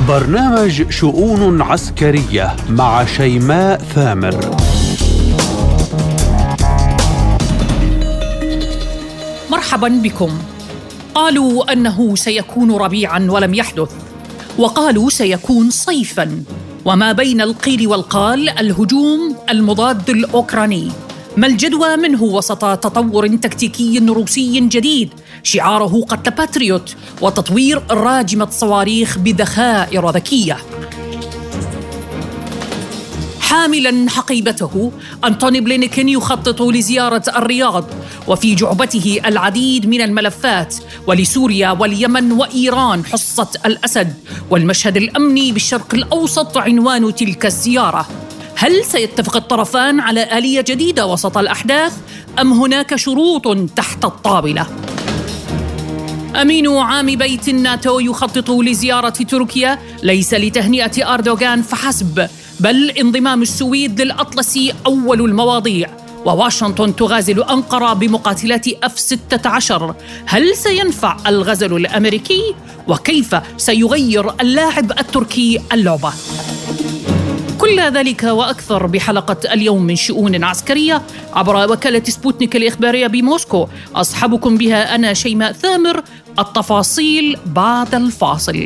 برنامج شؤون عسكرية مع شيماء ثامر. مرحبا بكم. قالوا أنه سيكون ربيعا ولم يحدث، وقالوا سيكون صيفا، وما بين القيل والقال الهجوم المضاد الأوكراني. ما الجدوى منه وسط تطور تكتيكي روسي جديد شعاره قتل باتريوت وتطوير راجمة صواريخ بذخائر ذكية؟ حاملاً حقيبته، أنتوني بلينكين يخطط لزيارة الرياض، وفي جعبته العديد من الملفات، ولسوريا واليمن وإيران حصة الأسد، والمشهد الأمني بالشرق الأوسط عنوان تلك الزيارة. هل سيتفق الطرفان على آلية جديدة وسط الأحداث، أم هناك شروط تحت الطاولة؟ أمين عام بيت الناتو يخطط لزيارة تركيا ليس لتهنئة أردوغان فحسب، بل انضمام السويد للأطلسي أول المواضيع. وواشنطن تغازل أنقرة بمقاتلات F-16. هل سينفع الغزل الأمريكي؟ وكيف سيغير اللاعب التركي اللعبة؟ كل ذلك وأكثر بحلقة اليوم من شؤون عسكرية عبر وكالة سبوتنيك الإخبارية بموسكو. أصحبكم بها أنا شيماء ثامر. التفاصيل بعد الفاصل.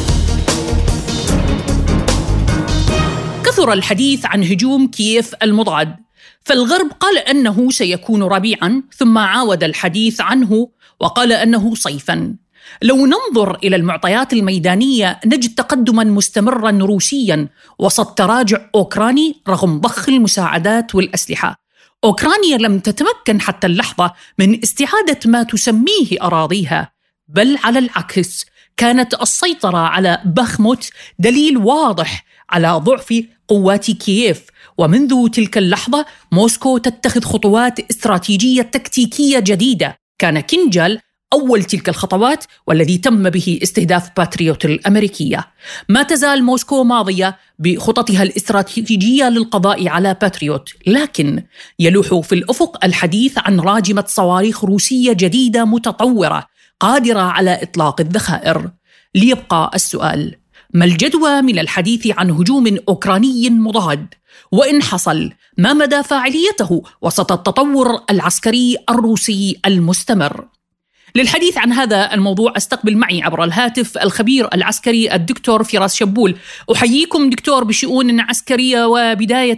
كثر الحديث عن هجوم كييف المضاد، فالغرب قال أنه سيكون ربيعاً، ثم عاود الحديث عنه وقال أنه صيفاً. لو ننظر إلى المعطيات الميدانية نجد تقدماً مستمراً روسياً وسط تراجع أوكراني رغم ضخ المساعدات والأسلحة. أوكرانيا لم تتمكن حتى اللحظة من استعادة ما تسميه أراضيها، بل على العكس كانت السيطرة على باخموت دليل واضح على ضعف قوات كييف. ومنذ تلك اللحظة موسكو تتخذ خطوات استراتيجية تكتيكية جديدة. كان كينجال أول تلك الخطوات، والذي تم به استهداف باتريوت الأمريكية. ما تزال موسكو ماضية بخططها الاستراتيجية للقضاء على باتريوت، لكن يلوح في الأفق الحديث عن راجمة صواريخ روسية جديدة متطورة قادرة على إطلاق الذخائر. ليبقى السؤال: ما الجدوى من الحديث عن هجوم أوكراني مضاد؟ وإن حصل، ما مدى فاعليته وسط التطور العسكري الروسي المستمر؟ للحديث عن هذا الموضوع استقبل معي عبر الهاتف الخبير العسكري الدكتور فراس شبول. أحييكم دكتور بشؤون عسكرية. وبداية،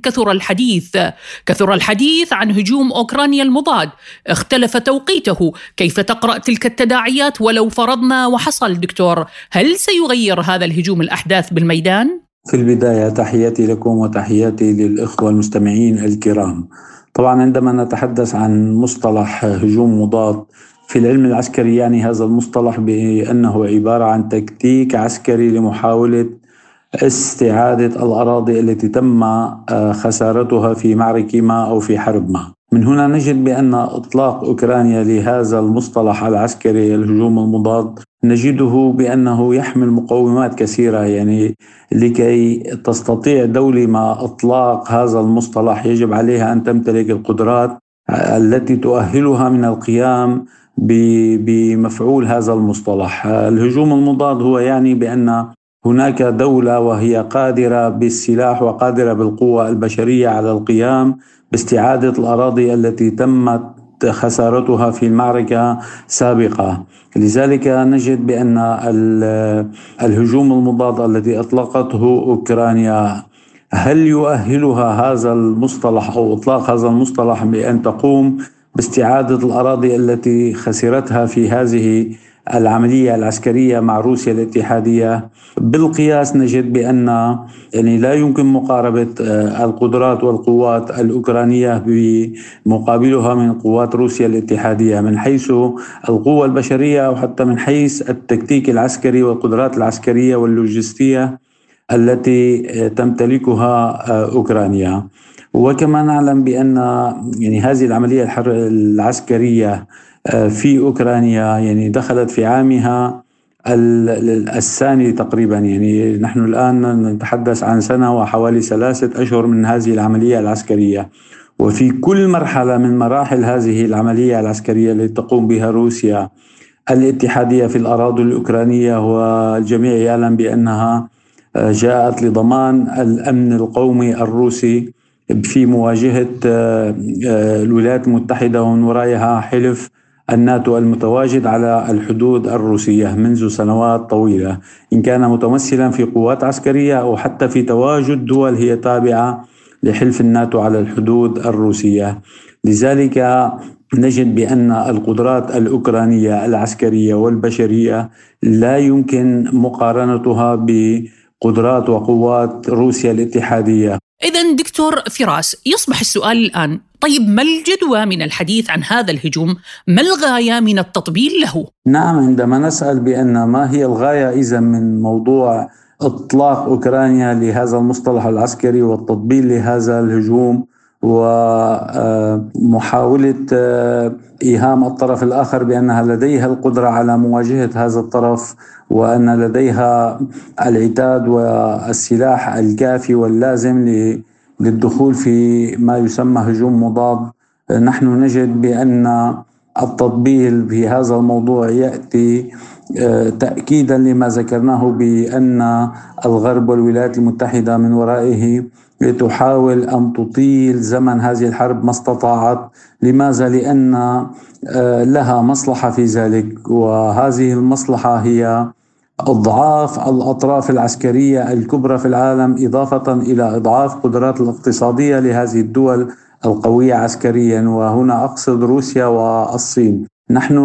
كثر الحديث عن هجوم أوكرانيا المضاد، اختلف توقيته. كيف تقرأ تلك التداعيات؟ ولو فرضنا وحصل دكتور، هل سيغير هذا الهجوم الأحداث بالميدان؟ في البداية تحياتي لكم وتحياتي للإخوة المستمعين الكرام. طبعا عندما نتحدث عن مصطلح هجوم مضاد في العلم العسكري، يعني هذا المصطلح بأنه عبارة عن تكتيك عسكري لمحاولة استعادة الأراضي التي تم خسارتها في معركة ما أو في حرب ما. من هنا نجد بأن إطلاق أوكرانيا لهذا المصطلح العسكري الهجوم المضاد نجده بأنه يحمل مقومات كثيرة. يعني لكي تستطيع دولة ما إطلاق هذا المصطلح يجب عليها أن تمتلك القدرات التي تؤهلها من القيام بمفعول هذا المصطلح. الهجوم المضاد هو يعني بأن هناك دولة وهي قادرة بالسلاح وقادرة بالقوة البشرية على القيام باستعادة الأراضي التي تمت خسارتها في المعركة سابقة. لذلك نجد بأن الهجوم المضاد الذي أطلقته أوكرانيا، هل يؤهلها هذا المصطلح أو إطلاق هذا المصطلح بأن تقوم باستعادة الأراضي التي خسرتها في هذه العملية العسكرية مع روسيا الاتحادية؟ بالقياس نجد بأن يعني لا يمكن مقاربة القدرات والقوات الأوكرانية بمقابلها من قوات روسيا الاتحادية من حيث القوة البشرية أو حتى من حيث التكتيك العسكري والقدرات العسكرية واللوجستية التي تمتلكها أوكرانيا. وكما نعلم بأن يعني هذه العملية العسكرية في أوكرانيا يعني دخلت في عامها الثاني تقريبا. يعني نحن الآن نتحدث عن سنة وحوالي 3 أشهر من هذه العملية العسكرية، وفي كل مرحلة من مراحل هذه العملية العسكرية التي تقوم بها روسيا الاتحادية في الأراضي الأوكرانية، والجميع يعلم بأنها جاءت لضمان الأمن القومي الروسي في مواجهة الولايات المتحدة ومن ورائها حلف الناتو المتواجد على الحدود الروسية منذ سنوات طويلة، إن كان متمثلا في قوات عسكرية أو حتى في تواجد دول هي تابعة لحلف الناتو على الحدود الروسية. لذلك نجد بأن القدرات الأوكرانية العسكرية والبشرية لا يمكن مقارنتها بقدرات وقوات روسيا الاتحادية. إذن دكتور فراس، يصبح السؤال الآن: طيب ما الجدوى من الحديث عن هذا الهجوم؟ ما الغاية من التطبيل له؟ نعم، عندما نسأل بأن ما هي الغاية إذا من موضوع إطلاق أوكرانيا لهذا المصطلح العسكري والتطبيل لهذا الهجوم ومحاولة إيهام الطرف الآخر بأنها لديها القدرة على مواجهة هذا الطرف وأن لديها العتاد والسلاح الكافي واللازم للدخول في ما يسمى هجوم مضاد، نحن نجد بأن التطبيل في هذا الموضوع يأتي تأكيدا لما ذكرناه بأن الغرب والولايات المتحدة من ورائه تحاول أن تطيل زمن هذه الحرب ما استطاعت. لماذا؟ لأن لها مصلحة في ذلك، وهذه المصلحة هي إضعاف الأطراف العسكرية الكبرى في العالم، إضافة إلى إضعاف قدرات الاقتصادية لهذه الدول القوية عسكريا، وهنا أقصد روسيا والصين. نحن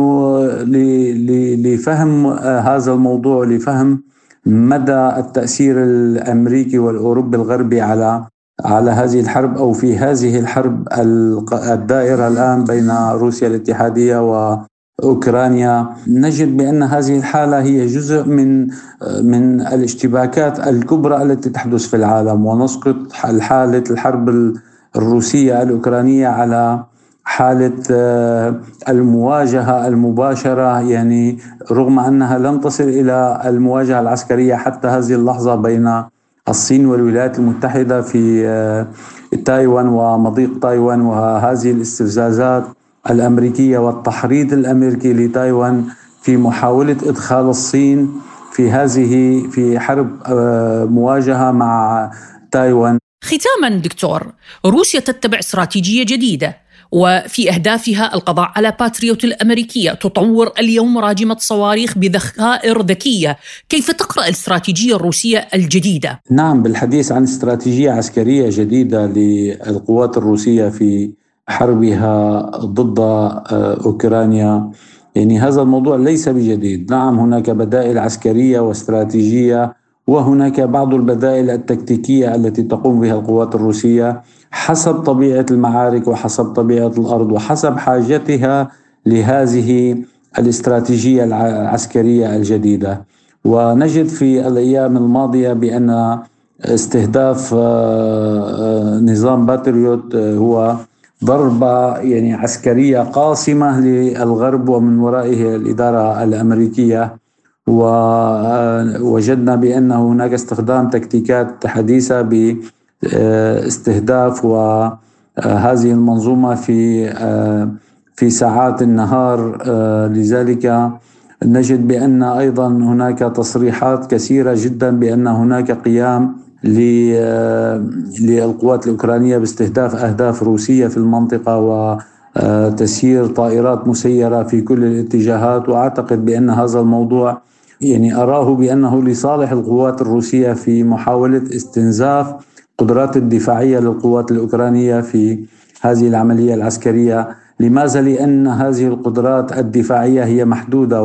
لفهم هذا الموضوع، لفهم مدى التأثير الأمريكي والأوروبي الغربي على هذه الحرب أو في هذه الحرب الدائرة الآن بين روسيا الاتحادية وأوكرانيا، نجد بأن هذه الحالة هي جزء من الاشتباكات الكبرى التي تحدث في العالم، ونسقط حالة الحرب الروسية الأوكرانية على حالة المواجهة المباشرة، يعني رغم أنها لم تصل إلى المواجهة العسكرية حتى هذه اللحظة بين الصين والولايات المتحدة في تايوان ومضيق تايوان، وهذه الاستفزازات الأمريكية والتحريض الأمريكي لتايوان في محاولة إدخال الصين في حرب مواجهة مع تايوان. ختاما دكتور، روسيا تتبع استراتيجية جديدة وفي أهدافها القضاء على باتريوت الأمريكية، تطور اليوم راجمة صواريخ بذخائر ذكية. كيف تقرأ الاستراتيجية الروسية الجديدة؟ نعم، بالحديث عن استراتيجية عسكرية جديدة للقوات الروسية في حربها ضد أوكرانيا، يعني هذا الموضوع ليس بجديد. نعم، هناك بدائل عسكرية واستراتيجية، وهناك بعض البدائل التكتيكية التي تقوم بها القوات الروسية حسب طبيعة المعارك وحسب طبيعة الأرض وحسب حاجتها لهذه الاستراتيجية العسكرية الجديدة. ونجد في الأيام الماضية بأن استهداف نظام باتريوت هو ضربة يعني عسكرية قاصمة للغرب ومن ورائه الإدارة الأمريكية، ووجدنا بأن هناك استخدام تكتيكات حديثة باستهداف وهذه المنظومة في ساعات النهار. لذلك نجد بأن أيضا هناك تصريحات كثيرة جدا بأن هناك قيام للقوات الأوكرانية باستهداف أهداف روسية في المنطقة وتسيير طائرات مسيرة في كل الاتجاهات. وأعتقد بأن هذا الموضوع يعني أراه بأنه لصالح القوات الروسية في محاولة استنزاف قدرات الدفاعية للقوات الأوكرانية في هذه العملية العسكرية. لماذا؟ لأن هذه القدرات الدفاعية هي محدودة،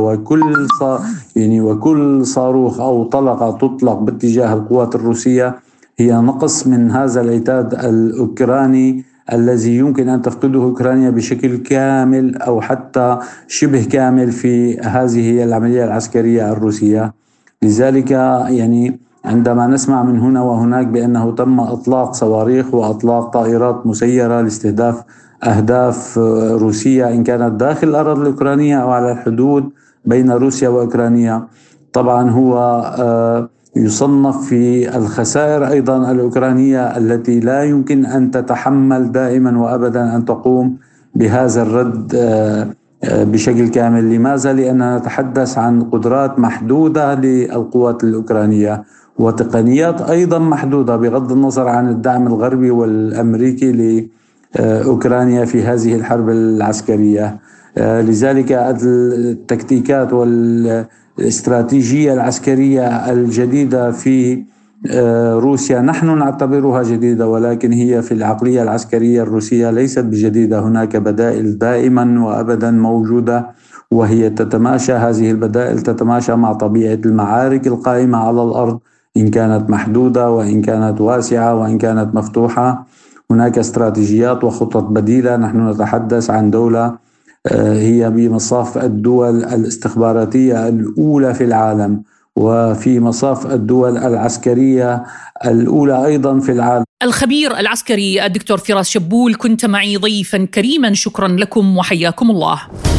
وكل صاروخ أو طلقة تطلق باتجاه القوات الروسية هي نقص من هذا العتاد الأوكراني الذي يمكن أن تفقده أوكرانيا بشكل كامل أو حتى شبه كامل في هذه العملية العسكرية الروسية. لذلك يعني عندما نسمع من هنا وهناك بأنه تم إطلاق صواريخ وإطلاق طائرات مسيرة لاستهداف أهداف روسية إن كانت داخل الأراضي الأوكرانية أو على الحدود بين روسيا وأوكرانيا، طبعا هو يصنف في الخسائر أيضا الأوكرانية التي لا يمكن أن تتحمل دائما وأبدا أن تقوم بهذا الرد بشكل كامل. لماذا؟ لأننا نتحدث عن قدرات محدودة للقوات الأوكرانية وتقنيات أيضا محدودة بغض النظر عن الدعم الغربي والأمريكي لأوكرانيا في هذه الحرب العسكرية. لذلك التكتيكات والاستراتيجية العسكرية الجديدة في روسيا نحن نعتبرها جديدة، ولكن هي في العقلية العسكرية الروسية ليست بجديدة. هناك بدائل دائما وأبدا موجودة، وهي تتماشى، هذه البدائل تتماشى مع طبيعة المعارك القائمة على الأرض، إن كانت محدودة وإن كانت واسعة وإن كانت مفتوحة. هناك استراتيجيات وخطط بديلة. نحن نتحدث عن دولة هي بمصاف الدول الاستخباراتية الأولى في العالم، وفي مصاف الدول العسكرية الأولى أيضا في العالم. الخبير العسكري الدكتور فراس شبول، كنت معي ضيفا كريما، شكرا لكم وحياكم الله.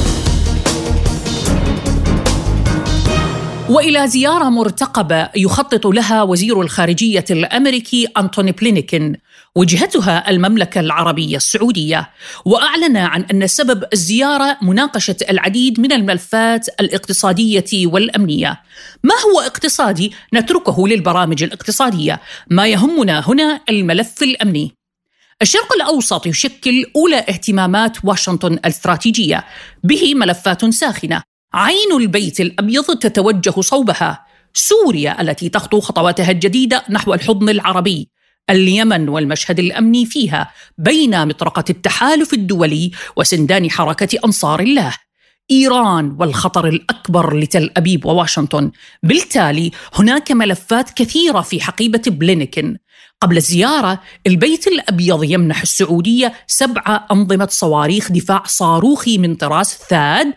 وإلى زيارة مرتقبة يخطط لها وزير الخارجية الأمريكي أنتوني بلينكين، وجهتها المملكة العربية السعودية، وأعلن عن أن سبب الزيارة مناقشة العديد من الملفات الاقتصادية والأمنية. ما هو اقتصادي؟ نتركه للبرامج الاقتصادية. ما يهمنا هنا الملف الأمني. الشرق الأوسط يشكل أولى اهتمامات واشنطن الاستراتيجية، به ملفات ساخنة. عين البيت الأبيض تتوجه صوبها. سوريا التي تخطو خطواتها الجديدة نحو الحضن العربي، اليمن والمشهد الأمني فيها بين مطرقة التحالف الدولي وسندان حركة أنصار الله، إيران والخطر الأكبر لتل أبيب وواشنطن. بالتالي هناك ملفات كثيرة في حقيبة بلينكين. قبل الزيارة، البيت الأبيض يمنح السعودية 7 أنظمة صواريخ دفاع صاروخي من طراز ثاد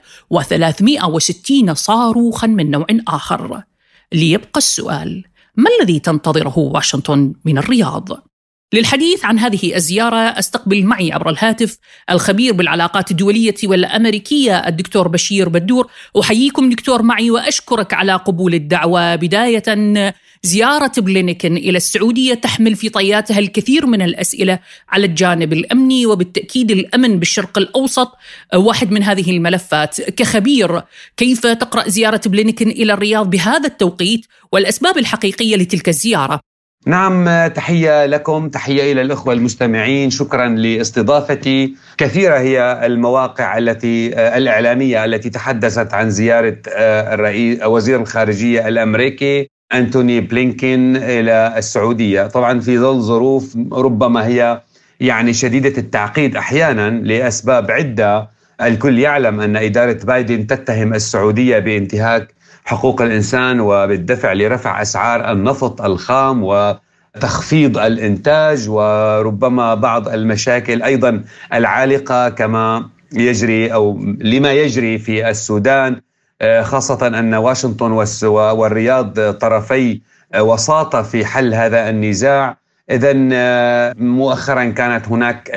و360 صاروخا من نوع آخر. ليبقى السؤال: ما الذي تنتظره واشنطن من الرياض؟ للحديث عن هذه الزيارة استقبل معي عبر الهاتف الخبير بالعلاقات الدولية والأمريكية الدكتور بشير بدور. أحييكم دكتور معي وأشكرك على قبول الدعوة. بداية، زيارة بلينكين إلى السعودية تحمل في طياتها الكثير من الأسئلة على الجانب الأمني، وبالتأكيد الأمن بالشرق الأوسط واحد من هذه الملفات. كخبير، كيف تقرأ زيارة بلينكين إلى الرياض بهذا التوقيت والأسباب الحقيقية لتلك الزيارة؟ نعم، تحية لكم، تحية إلى الأخوة المستمعين، شكرا لاستضافتي. كثيرة هي المواقع الإعلامية التي تحدثت عن زيارة وزير الخارجية الأمريكي أنتوني بلينكين إلى السعودية، طبعا في ظل ظروف ربما هي شديدة التعقيد أحيانا لأسباب عدة. الكل يعلم أن إدارة بايدن تتهم السعودية بانتهاك حقوق الإنسان وبالدفع لرفع أسعار النفط الخام وتخفيض الإنتاج، وربما بعض المشاكل أيضا العالقة كما يجري أو لما يجري في السودان، خاصة أن واشنطن والرياض طرفي وساطة في حل هذا النزاع. إذن مؤخرا كانت هناك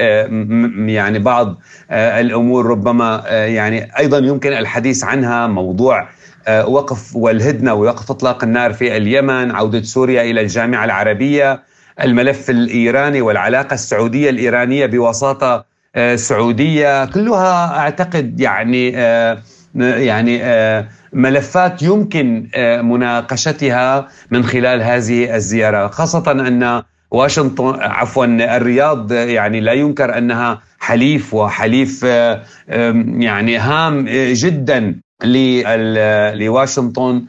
بعض الأمور ربما أيضا يمكن الحديث عنها، موضوع وقف والهدنة ووقف إطلاق النار في اليمن، عودة سوريا إلى الجامعة العربية، الملف الإيراني والعلاقة السعودية الإيرانية بوساطة سعودية، كلها أعتقد ملفات يمكن مناقشتها من خلال هذه الزيارة، خاصة أن الرياض لا ينكر أنها حليف وحليف هام جدا لواشنطن.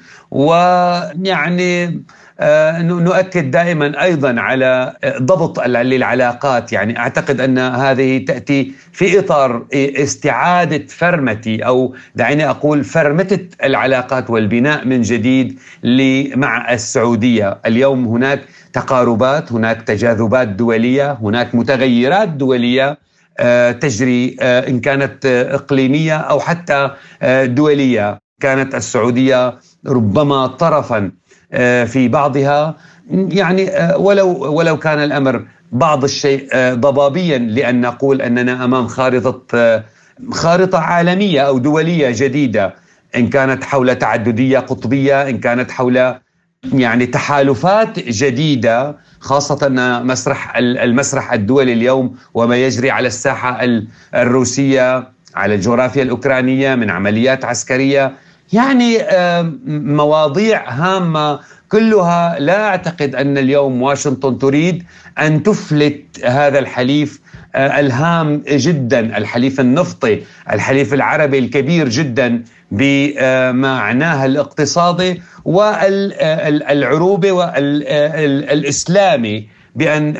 نؤكد دائما أيضا على ضبط العلاقات. أعتقد أن هذه تأتي في إطار استعادة أو دعيني أقول فرمتة العلاقات والبناء من جديد مع السعودية. اليوم هناك تقاربات، هناك تجاذبات دولية، هناك متغيرات دولية تجري، إن كانت إقليمية أو حتى دولية. كانت السعودية ربما طرفا في بعضها، ولو كان الأمر بعض الشيء ضبابيا، لأن نقول أننا أمام خارطة عالمية أو دولية جديدة، إن كانت حول تعددية قطبية، إن كانت حول تحالفات جديدة، خاصة المسرح الدولي اليوم وما يجري على الساحة الروسية على الجغرافيا الأوكرانية من عمليات عسكرية، يعني مواضيع هامة كلها. لا أعتقد أن اليوم واشنطن تريد أن تفلت هذا الحليف الهام جدا، الحليف النفطي، الحليف العربي الكبير جدا بمعناه الاقتصادي والعروبي والإسلامي، بأن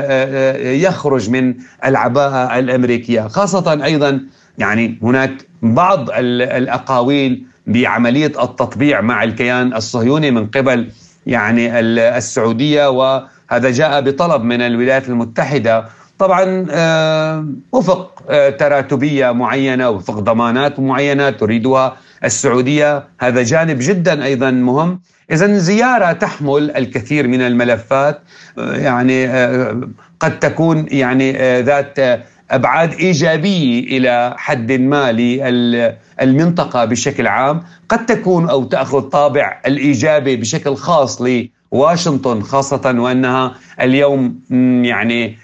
يخرج من العباءة الأمريكية. خاصة أيضا يعني هناك بعض الأقاويل بعملية التطبيع مع الكيان الصهيوني من قبل يعني السعودية، وهذا جاء بطلب من الولايات المتحدة طبعا وفق تراتبية معينة، وفق ضمانات معينة تريدها السعودية. هذا جانب جدا أيضا مهم. إذن زيارة تحمل الكثير من الملفات، يعني قد تكون يعني ذات أبعاد إيجابية إلى حد ما للمنطقة بشكل عام، قد تكون أو تأخذ طابع الإيجابي بشكل خاص لواشنطن، خاصة وأنها اليوم يعني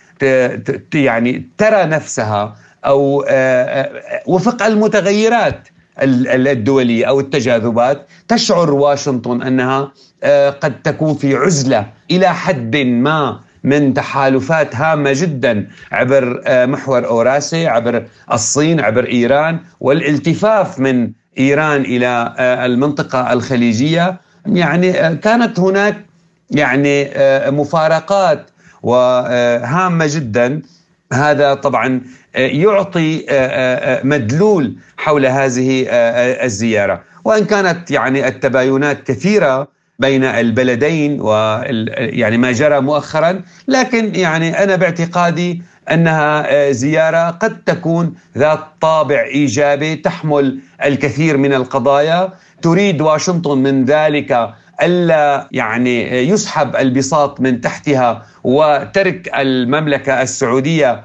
ترى نفسها أو وفق المتغيرات الدولية أو التجاذبات، تشعر واشنطن أنها قد تكون في عزلة إلى حد ما من تحالفات هامة جدا عبر محور أوراسي، عبر الصين، عبر إيران، والالتفاف من إيران إلى المنطقة الخليجية. يعني كانت هناك يعني مفارقات وهامة جدا. هذا طبعا يعطي مدلول حول هذه الزيارة، وإن كانت يعني التباينات كثيرة بين البلدين ويعني ما جرى مؤخرا، لكن يعني أنا باعتقادي أنها زيارة قد تكون ذات طابع إيجابي، تحمل الكثير من القضايا. تريد واشنطن من ذلك ألا يعني يسحب البساط من تحتها وترك المملكة السعودية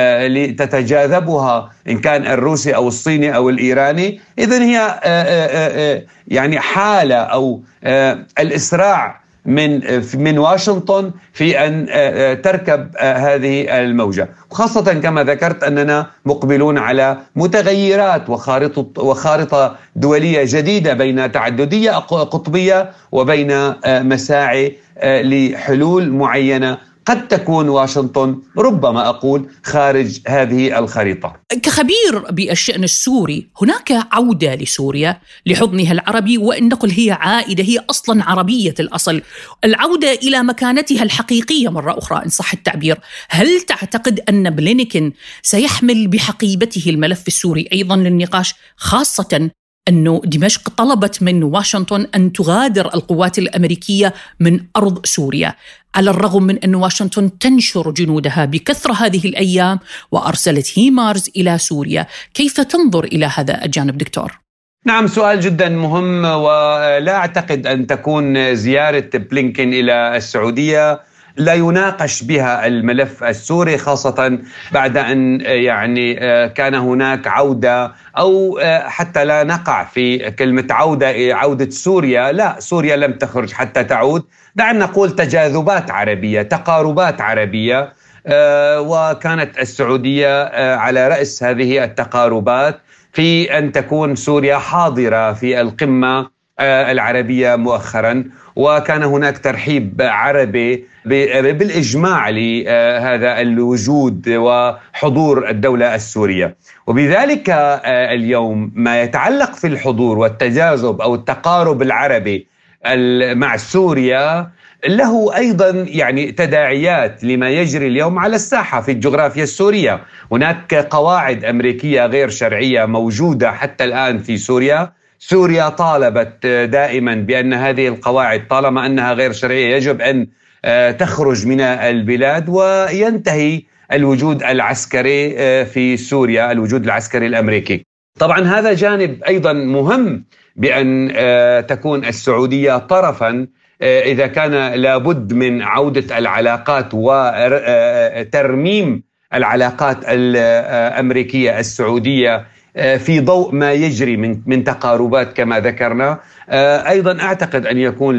لتتجاذبها إن كان الروسي أو الصيني أو الإيراني. إذن هي يعني حالة أو الإسراع من واشنطن في أن تركب هذه الموجة، وخاصة كما ذكرت أننا مقبلون على متغيرات وخارطة دولية جديدة بين تعددية قطبية وبين مساعي لحلول معينة. قد تكون واشنطن ربما أقول خارج هذه الخريطة. كخبير بالشأن السوري، هناك عودة لسوريا لحضنها العربي، وإن نقل هي عائدة، هي أصلا عربية الأصل، العودة إلى مكانتها الحقيقية مرة أخرى إن صح التعبير. هل تعتقد أن بلينكن سيحمل بحقيبته الملف السوري أيضا للنقاش، خاصة أنه دمشق طلبت من واشنطن أن تغادر القوات الأمريكية من أرض سوريا، على الرغم من أن واشنطن تنشر جنودها بكثرة هذه الأيام وأرسلت هيمارز إلى سوريا؟ كيف تنظر إلى هذا الجانب دكتور؟ نعم، سؤال جدا مهم، ولا أعتقد أن تكون زيارة بلينكن إلى السعودية لا يناقش بها الملف السوري، خاصة بعد أن يعني كان هناك عودة، أو حتى لا نقع في كلمة عودة سوريا. لا، سوريا لم تخرج حتى تعود. دعنا نقول تجاذبات عربية، تقاربات عربية، وكانت السعودية على رأس هذه التقاربات في أن تكون سوريا حاضرة في القمة العربية مؤخرا، وكان هناك ترحيب عربي بالإجماع لهذا الوجود وحضور الدولة السورية. وبذلك اليوم ما يتعلق في الحضور والتجاذب أو التقارب العربي مع سوريا له أيضا يعني تداعيات لما يجري اليوم على الساحة في الجغرافيا السورية. هناك قواعد أمريكية غير شرعية موجودة حتى الآن في سوريا. سوريا طالبت دائما بأن هذه القواعد طالما أنها غير شرعية يجب أن تخرج من البلاد وينتهي الوجود العسكري في سوريا، الوجود العسكري الأمريكي. طبعا هذا جانب أيضا مهم، بأن تكون السعودية طرفا إذا كان لابد من عودة العلاقات وترميم العلاقات الأمريكية السعودية في ضوء ما يجري من تقاربات كما ذكرنا. أيضا أعتقد أن يكون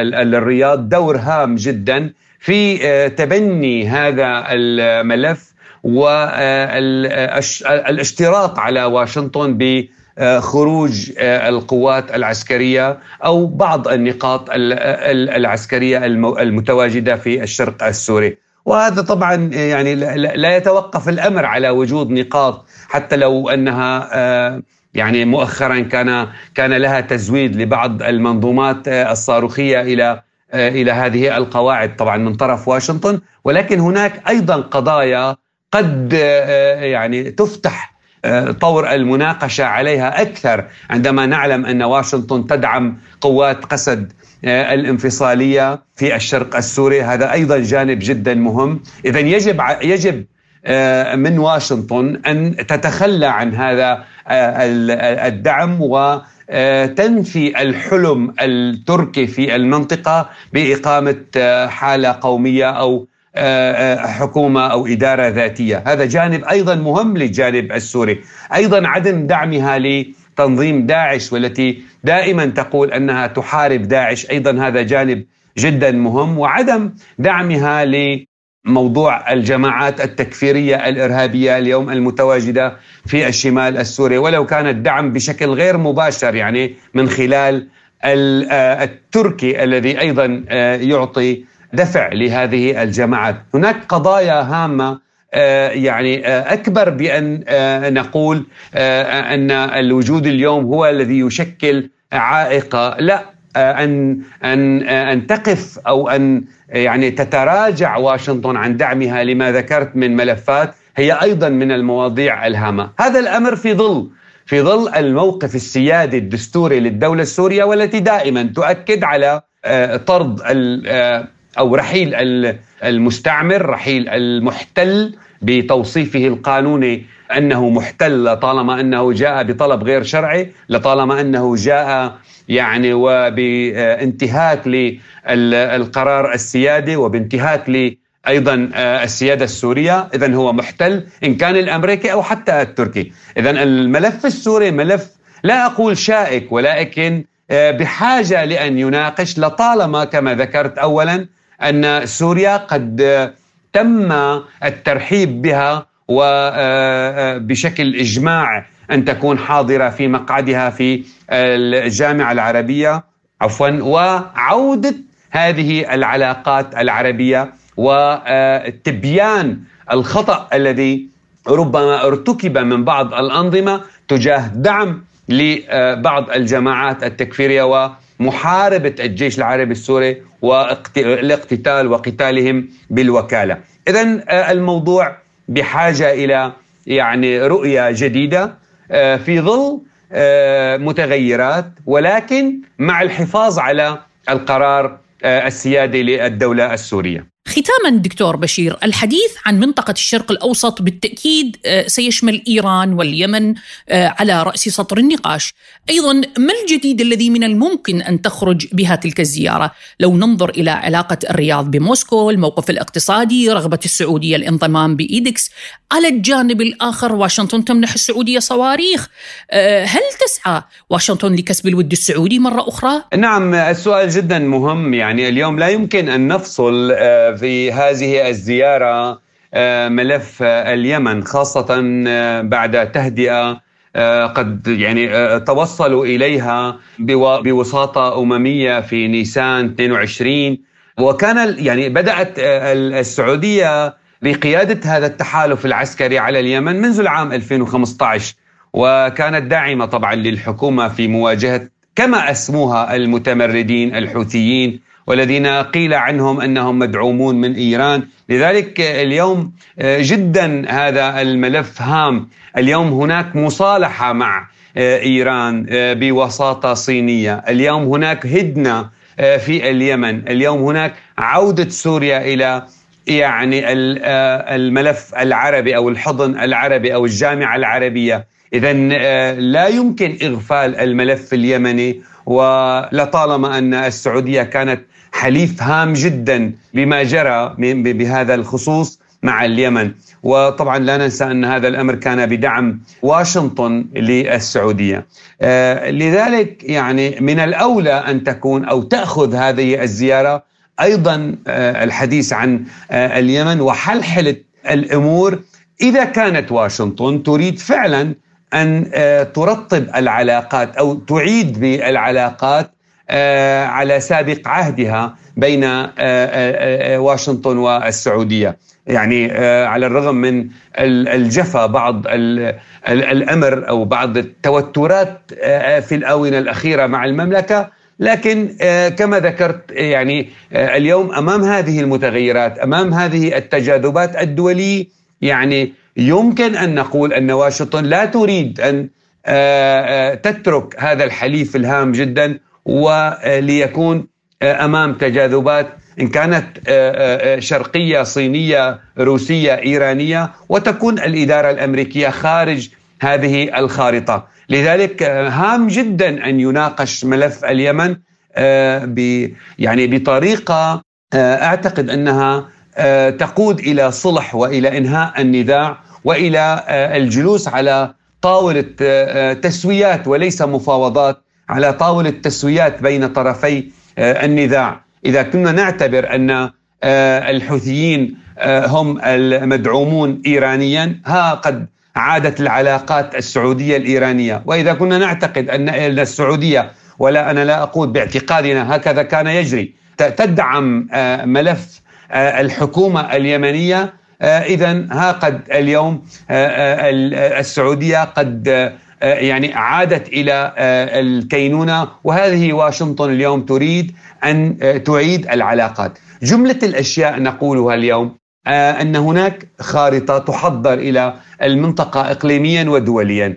للرياض دور هام جدا في تبني هذا الملف والاشتراط على واشنطن بخروج القوات العسكرية أو بعض النقاط العسكرية المتواجدة في الشرق السوري. وهذا طبعا يعني لا يتوقف الأمر على وجود نقاط، حتى لو أنها يعني مؤخرا كان لها تزويد لبعض المنظومات الصاروخية إلى هذه القواعد طبعا من طرف واشنطن، ولكن هناك أيضا قضايا قد يعني تفتح طور المناقشة عليها أكثر عندما نعلم أن واشنطن تدعم قوات قسد الانفصالية في الشرق السوري. هذا أيضا جانب جدا مهم. إذن يجب من واشنطن أن تتخلى عن هذا الدعم وتنفي الحلم التركي في المنطقة بإقامة حالة قومية أو حكومة أو إدارة ذاتية. هذا جانب أيضا مهم للجانب السوري. أيضا عدم دعمها لتنظيم داعش والتي دائما تقول أنها تحارب داعش، أيضا هذا جانب جدا مهم. وعدم دعمها لموضوع الجماعات التكفيرية الإرهابية اليوم المتواجدة في الشمال السوري، ولو كان الدعم بشكل غير مباشر يعني من خلال التركي الذي أيضا يعطي دفع لهذه الجماعات. هناك قضايا هامة يعني أكبر بأن نقول أن الوجود اليوم هو الذي يشكل عائق، لا، أن تقف أو أن يعني تتراجع واشنطن عن دعمها لما ذكرت من ملفات هي أيضا من المواضيع الهامة. هذا الأمر في ظل الموقف السيادي الدستوري للدولة السورية، والتي دائما تؤكد على طرد أو رحيل المستعمر، رحيل المحتل بتوصيفه القانوني أنه محتل، لطالما أنه جاء بطلب غير شرعي، لطالما أنه جاء يعني وبانتهاك للقرار السيادي وبانتهاك أيضا السيادة السورية. إذن هو محتل إن كان الأمريكي أو حتى التركي. إذن الملف السوري ملف لا أقول شائك، ولكن بحاجة لأن يناقش، لطالما كما ذكرت أولا أن سوريا قد تم الترحيب بها وبشكل إجماع أن تكون حاضرة في مقعدها في الجامعة العربية وعودة هذه العلاقات العربية وتبيان الخطأ الذي ربما ارتكب من بعض الأنظمة تجاه دعم لبعض الجماعات التكفيرية ومحاربة الجيش العربي السوري والاقتتال وقتالهم بالوكالة. إذن الموضوع بحاجة إلى يعني رؤية جديدة في ظل متغيرات، ولكن مع الحفاظ على القرار السيادي للدولة السورية. ختاما دكتور بشير، الحديث عن منطقة الشرق الأوسط بالتأكيد سيشمل إيران واليمن على رأس سطر النقاش. أيضا ما الجديد الذي من الممكن أن تخرج بها تلك الزيارة؟ لو ننظر إلى علاقة الرياض بموسكو، الموقف الاقتصادي، رغبة السعودية الانضمام بإيدكس، على الجانب الآخر واشنطن تمنح السعودية صواريخ. هل تسعى واشنطن لكسب الود السعودي مرة أخرى؟ نعم، السؤال جدا مهم. يعني اليوم لا يمكن أن نفصل في هذه الزيارة ملف اليمن، خاصة بعد تهدئة قد يعني توصلوا إليها بوساطة أممية في نيسان 22، وكان يعني بدأت السعودية بقيادة هذا التحالف العسكري على اليمن منذ العام 2015، وكانت داعمة طبعا للحكومة في مواجهة كما أسموها المتمردين الحوثيين، والذين قيل عنهم أنهم مدعومون من إيران. لذلك اليوم جدا هذا الملف هام. اليوم هناك مصالحة مع إيران بوساطة صينية، اليوم هناك هدنة في اليمن، اليوم هناك عودة سوريا إلى يعني الملف العربي أو الحضن العربي أو الجامعة العربية. إذن لا يمكن إغفال الملف اليمني، ولطالما أن السعودية كانت حليف هام جدا بما جرى بهذا الخصوص مع اليمن. وطبعا لا ننسى أن هذا الأمر كان بدعم واشنطن للسعودية. لذلك يعني من الأولى أن تكون أو تأخذ هذه الزيارة أيضا الحديث عن اليمن وحلحلة الأمور إذا كانت واشنطن تريد فعلا أن ترطب العلاقات أو تعيد بالعلاقات على سابق عهدها بين واشنطن والسعودية، يعني على الرغم من الجفا بعض الأمر أو بعض التوترات في الآونة الأخيرة مع المملكة، لكن كما ذكرت يعني اليوم أمام هذه المتغيرات، أمام هذه التجاذبات الدولية، يعني يمكن أن نقول أن واشنطن لا تريد أن تترك هذا الحليف الهام جدا وليكون أمام تجاذبات إن كانت شرقية صينية روسية إيرانية، وتكون الإدارة الأمريكية خارج هذه الخارطة. لذلك هام جدا أن يناقش ملف اليمن يعني بطريقة أعتقد أنها تقود إلى صلح وإلى إنهاء النزاع وإلى الجلوس على طاولة تسويات وليس مفاوضات، على طاولة تسويات بين طرفي النزاع. إذا كنا نعتبر أن الحوثيين هم المدعومون إيرانيا، ها قد عادت العلاقات السعودية الإيرانية. وإذا كنا نعتقد أن السعودية، ولا أنا لا أقول باعتقادنا هكذا كان يجري، تدعم ملف الحكومة اليمنية، إذن ها قد اليوم السعودية قد يعني عادت إلى الكينونة، وهذه واشنطن اليوم تريد أن تعيد العلاقات. جملة الأشياء نقولها اليوم أن هناك خارطة تحضر إلى المنطقة إقليميا ودوليا.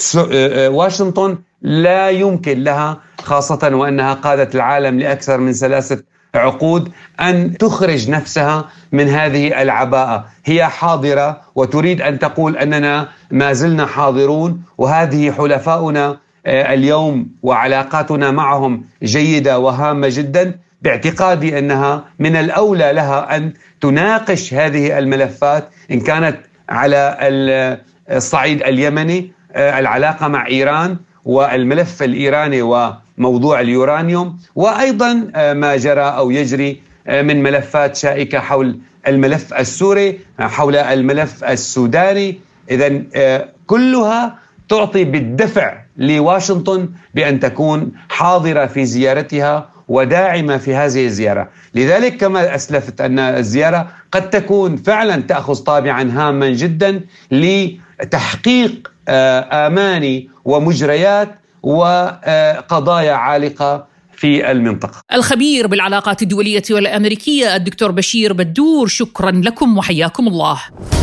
واشنطن لا يمكن لها، خاصة وأنها قادت العالم لأكثر من 3 عقود، أن تخرج نفسها من هذه العباءة. هي حاضرة وتريد أن تقول أننا ما زلنا حاضرون، وهذه حلفاؤنا اليوم وعلاقاتنا معهم جيدة وهامة جدا. باعتقادي أنها من الأولى لها أن تناقش هذه الملفات، إن كانت على الصعيد اليمني العلاقة مع إيران والملف الإيراني وموضوع اليورانيوم، وأيضا ما جرى أو يجري من ملفات شائكة حول الملف السوري، حول الملف السوداني. إذن كلها تعطي بالدفع لواشنطن بأن تكون حاضرة في زيارتها وداعمة في هذه الزيارة. لذلك كما أسلفت أن الزيارة قد تكون فعلا تأخذ طابعا هاما جدا لتحقيق آماني ومجريات وقضايا عالقة في المنطقة. الخبير بالعلاقات الدولية والأمريكية الدكتور بشير بدور، شكرا لكم وحياكم الله.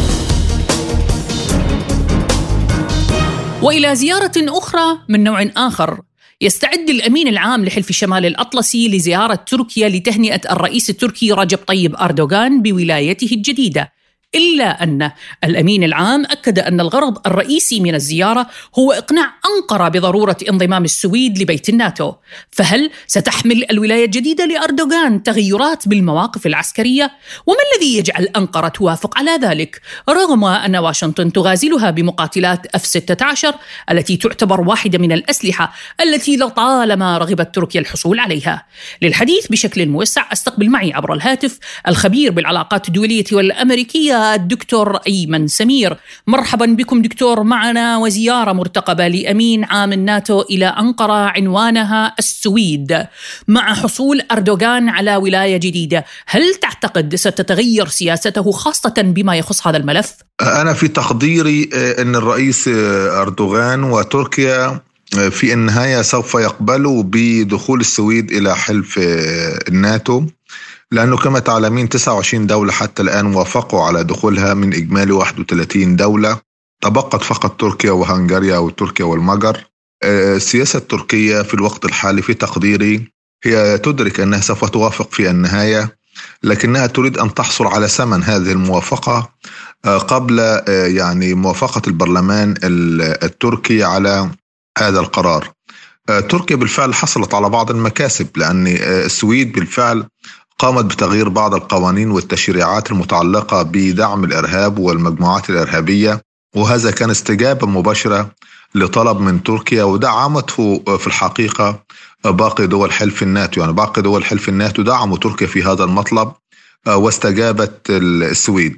وإلى زيارة أخرى من نوع آخر. يستعد الأمين العام لحلف شمال الأطلسي لزيارة تركيا لتهنئة الرئيس التركي رجب طيب أردوغان بولايته الجديدة، إلا أن الأمين العام أكد أن الغرض الرئيسي من الزيارة هو إقناع أنقرة بضرورة انضمام السويد لبيت الناتو. فهل ستحمل الولاية الجديدة لأردوغان تغيرات بالمواقف العسكرية؟ وما الذي يجعل أنقرة توافق على ذلك رغم أن واشنطن تغازلها بمقاتلات F-16 التي تعتبر واحدة من الأسلحة التي لطالما رغبت تركيا الحصول عليها؟ للحديث بشكل موسع استقبل معي عبر الهاتف الخبير بالعلاقات الدولية والأمريكية الدكتور أيمن سمير. مرحبا بكم دكتور معنا. وزيارة مرتقبة لأمين عام الناتو إلى أنقرة عنوانها السويد مع حصول أردوغان على ولاية جديدة، هل تعتقد ستتغير سياسته خاصة بما يخص هذا الملف؟ أنا في تقديري أن الرئيس أردوغان وتركيا في النهاية سوف يقبلوا بدخول السويد إلى حلف الناتو، لأنه كما تعلمين 29 دولة حتى الآن وافقوا على دخولها من إجمالي 31 دولة، تبقت فقط تركيا وهنغاريا وتركيا والمجر. السياسة التركية في الوقت الحالي في تقديري هي تدرك أنها سوف توافق في النهاية، لكنها تريد أن تحصل على ثمن هذه الموافقة قبل يعني موافقة البرلمان التركي على هذا القرار. تركيا بالفعل حصلت على بعض المكاسب، لأن السويد بالفعل قامت بتغيير بعض القوانين والتشريعات المتعلقة بدعم الإرهاب والمجموعات الإرهابية، وهذا كان استجابة مباشرة لطلب من تركيا، ودعمته في الحقيقة باقي دول حلف الناتو. يعني باقي دول حلف الناتو دعموا تركيا في هذا المطلب واستجابت السويد.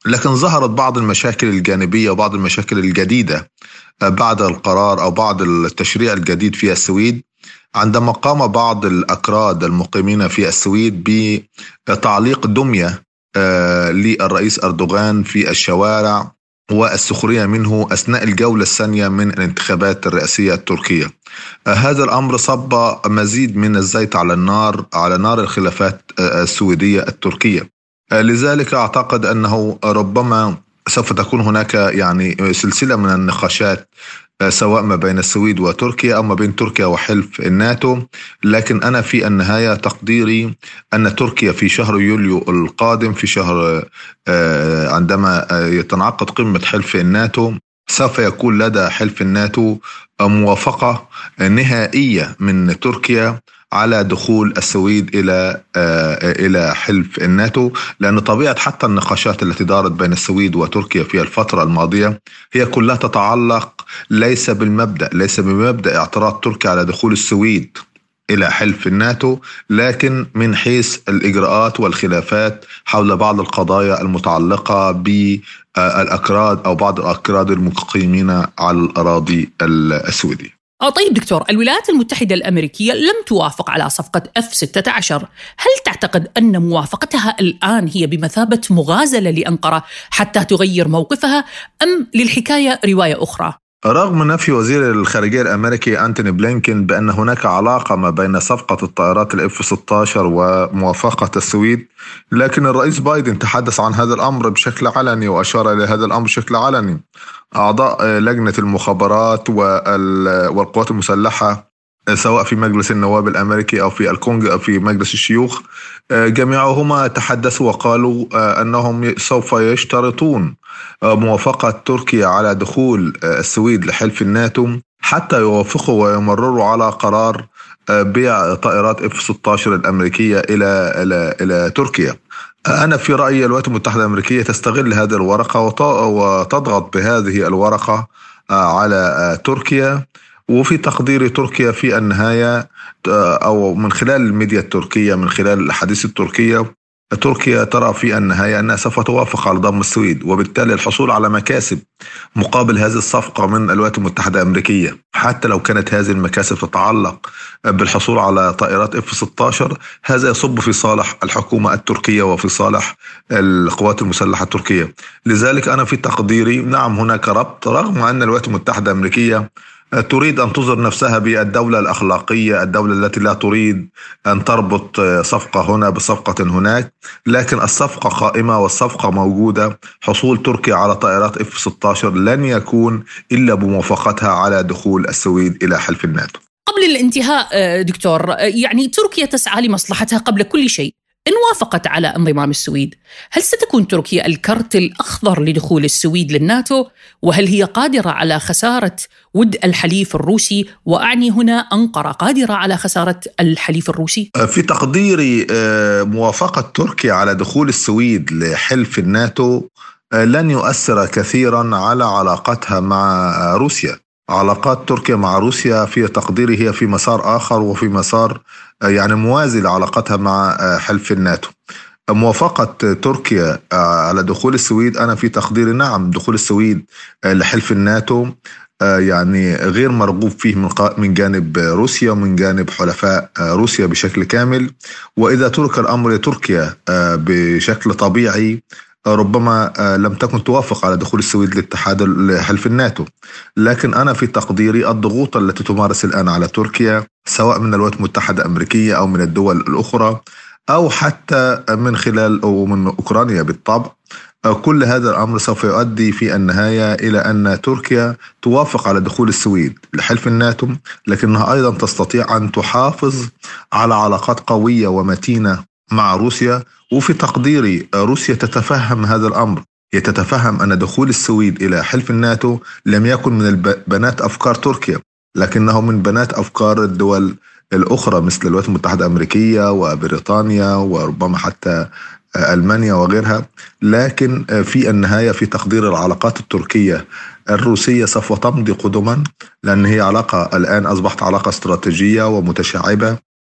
لكن ظهرت بعض المشاكل الجانبية وبعض المشاكل الجديدة بعد القرار أو بعد التشريع الجديد في السويد، عندما قام بعض الأكراد المقيمين في السويد بتعليق دمية للرئيس أردوغان في الشوارع والسخرية منه أثناء الجولة الثانية من الانتخابات الرئاسية التركية. هذا الأمر صب مزيد من الزيت على نار الخلافات السويدية التركية. لذلك أعتقد أنه ربما سوف تكون هناك يعني سلسلة من النقاشات سواء ما بين السويد وتركيا أو ما بين تركيا وحلف الناتو. لكن أنا في النهاية تقديري أن تركيا في شهر يوليو القادم، في شهر عندما يتنعقد قمة حلف الناتو، سوف يكون لدى حلف الناتو موافقة نهائية من تركيا على دخول السويد إلى حلف الناتو، لأن طبيعة حتى النقاشات التي دارت بين السويد وتركيا في الفترة الماضية هي كلها تتعلق ليس بمبدأ اعتراض تركيا على دخول السويد إلى حلف الناتو، لكن من حيث الإجراءات والخلافات حول بعض القضايا المتعلقة بالأكراد أو بعض الأكراد المقيمين على الأراضي السويدية. طيب دكتور، الولايات المتحدة الأمريكية لم توافق على صفقة F-16، هل تعتقد أن موافقتها الآن هي بمثابة مغازلة لأنقرة حتى تغير موقفها، أم للحكاية رواية أخرى؟ رغم نفي وزير الخارجية الأمريكي أنتوني بلينكين بأن هناك علاقة ما بين صفقة الطائرات F-16 وموافقة السويد، لكن الرئيس بايدن تحدث عن هذا الأمر بشكل علني وأشار إلى هذا الأمر بشكل علني. أعضاء لجنة المخابرات والقوات المسلحة سواء في مجلس النواب الأمريكي أو في مجلس الشيوخ جميعهما تحدثوا وقالوا أنهم سوف يشترطون موافقة تركيا على دخول السويد لحلف الناتو حتى يوافقوا ويمرروا على قرار بيع طائرات F-16 الأمريكية إلى تركيا. أنا في رأيي الولايات المتحدة الأمريكية تستغل هذه الورقة وتضغط بهذه الورقة على تركيا، وفي تقدير تركيا في النهاية أو من خلال الميديا التركية، من خلال الأحاديث التركية، تركيا ترى في النهاية أنها سوف توافق على ضم السويد، وبالتالي الحصول على مكاسب مقابل هذه الصفقة من الولايات المتحدة الأمريكية، حتى لو كانت هذه المكاسب تتعلق بالحصول على طائرات F-16، هذا يصب في صالح الحكومة التركية وفي صالح القوات المسلحة التركية. لذلك أنا في تقديري نعم هناك ربط، رغم أن الولايات المتحدة الأمريكية تريد أن تظهر نفسها بالدولة الأخلاقية، الدولة التي لا تريد أن تربط صفقة هنا بصفقة هناك، لكن الصفقة قائمة والصفقة موجودة. حصول تركيا على طائرات F-16 لن يكون إلا بموافقتها على دخول السويد إلى حلف الناتو. قبل الانتهاء دكتور، يعني تركيا تسعى لمصلحتها قبل كل شيء. إن وافقت على انضمام السويد، هل ستكون تركيا الكرت الأخضر لدخول السويد للناتو؟ وهل هي قادرة على خسارة ود الحليف الروسي؟ وأعني هنا أنقرة قادرة على خسارة الحليف الروسي؟ في تقديري موافقة تركيا على دخول السويد لحلف الناتو لن يؤثر كثيرا على علاقتها مع روسيا. علاقات تركيا مع روسيا في تقديري هي في مسار آخر وفي مسار يعني موازي لعلاقتها مع حلف الناتو. موافقة تركيا على دخول السويد أنا في تقديري نعم دخول السويد لحلف الناتو يعني غير مرغوب فيه من جانب روسيا ومن جانب حلفاء روسيا بشكل كامل. وإذا ترك الأمر لتركيا بشكل طبيعي ربما لم تكن توافق على دخول السويد لحلف الناتو. لكن أنا في تقديري الضغوط التي تمارس الآن على تركيا سواء من الولايات المتحدة الأمريكية أو من الدول الأخرى أو حتى من خلال أو من أوكرانيا بالطبع، كل هذا الأمر سوف يؤدي في النهاية إلى أن تركيا توافق على دخول السويد لحلف الناتو، لكنها أيضا تستطيع أن تحافظ على علاقات قوية ومتينة مع روسيا. وفي تقديري روسيا تتفهم هذا الأمر، هي تتفهم أن دخول السويد إلى حلف الناتو لم يكن من بنات أفكار تركيا، لكنه من بنات أفكار الدول الأخرى مثل الولايات المتحدة الأمريكية وبريطانيا وربما حتى ألمانيا وغيرها. لكن في النهاية في تقدير العلاقات التركية الروسية سوف تمضي قدما، لأن هي علاقة الآن أصبحت علاقة استراتيجية ومتشعبة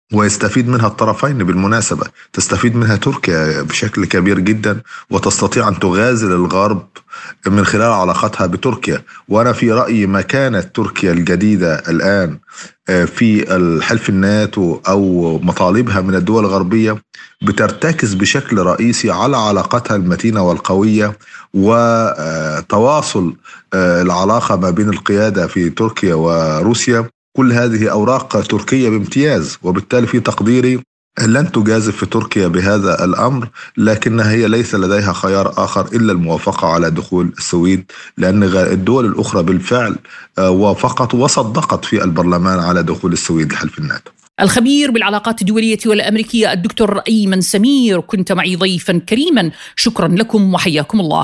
ويستفيد منها الطرفين. بالمناسبة تستفيد منها تركيا بشكل كبير جدا، وتستطيع أن تغازل الغرب من خلال علاقتها بتركيا. وأنا في رأيي مكانة تركيا الجديدة الآن في الحلف الناتو أو مطالبها من الدول الغربية بترتكز بشكل رئيسي على علاقتها المتينة والقوية، وتواصل العلاقة ما بين القيادة في تركيا وروسيا. كل هذه أوراق تركية بامتياز، وبالتالي في تقديري لن تجازف في تركيا بهذا الأمر، لكنها هي ليس لديها خيار آخر إلا الموافقة على دخول السويد، لأن الدول الأخرى بالفعل وافقت وصدقت في البرلمان على دخول السويد لحلف الناتو. الخبير بالعلاقات الدولية والأمريكية الدكتور أيمن سمير، كنت معي ضيفا كريما، شكرا لكم وحياكم الله.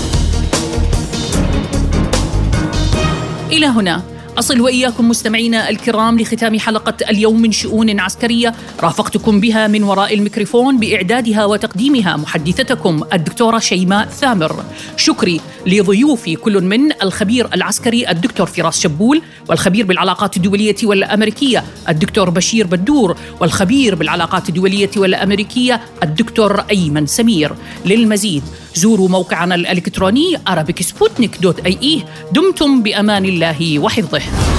إلى هنا أصل وإياكم مستمعينا الكرام لختام حلقة اليوم من شؤون عسكرية، رافقتكم بها من وراء الميكروفون بإعدادها وتقديمها محدثتكم الدكتورة شيماء ثامر. شكري لضيوفي كل من الخبير العسكري الدكتور فراس شبول، والخبير بالعلاقات الدولية والأمريكية الدكتور بشير بدور، والخبير بالعلاقات الدولية والأمريكية الدكتور أيمن سمير. للمزيد زوروا موقعنا الإلكتروني arabicsputnik.ae. دمتم بأمان الله وحفظه.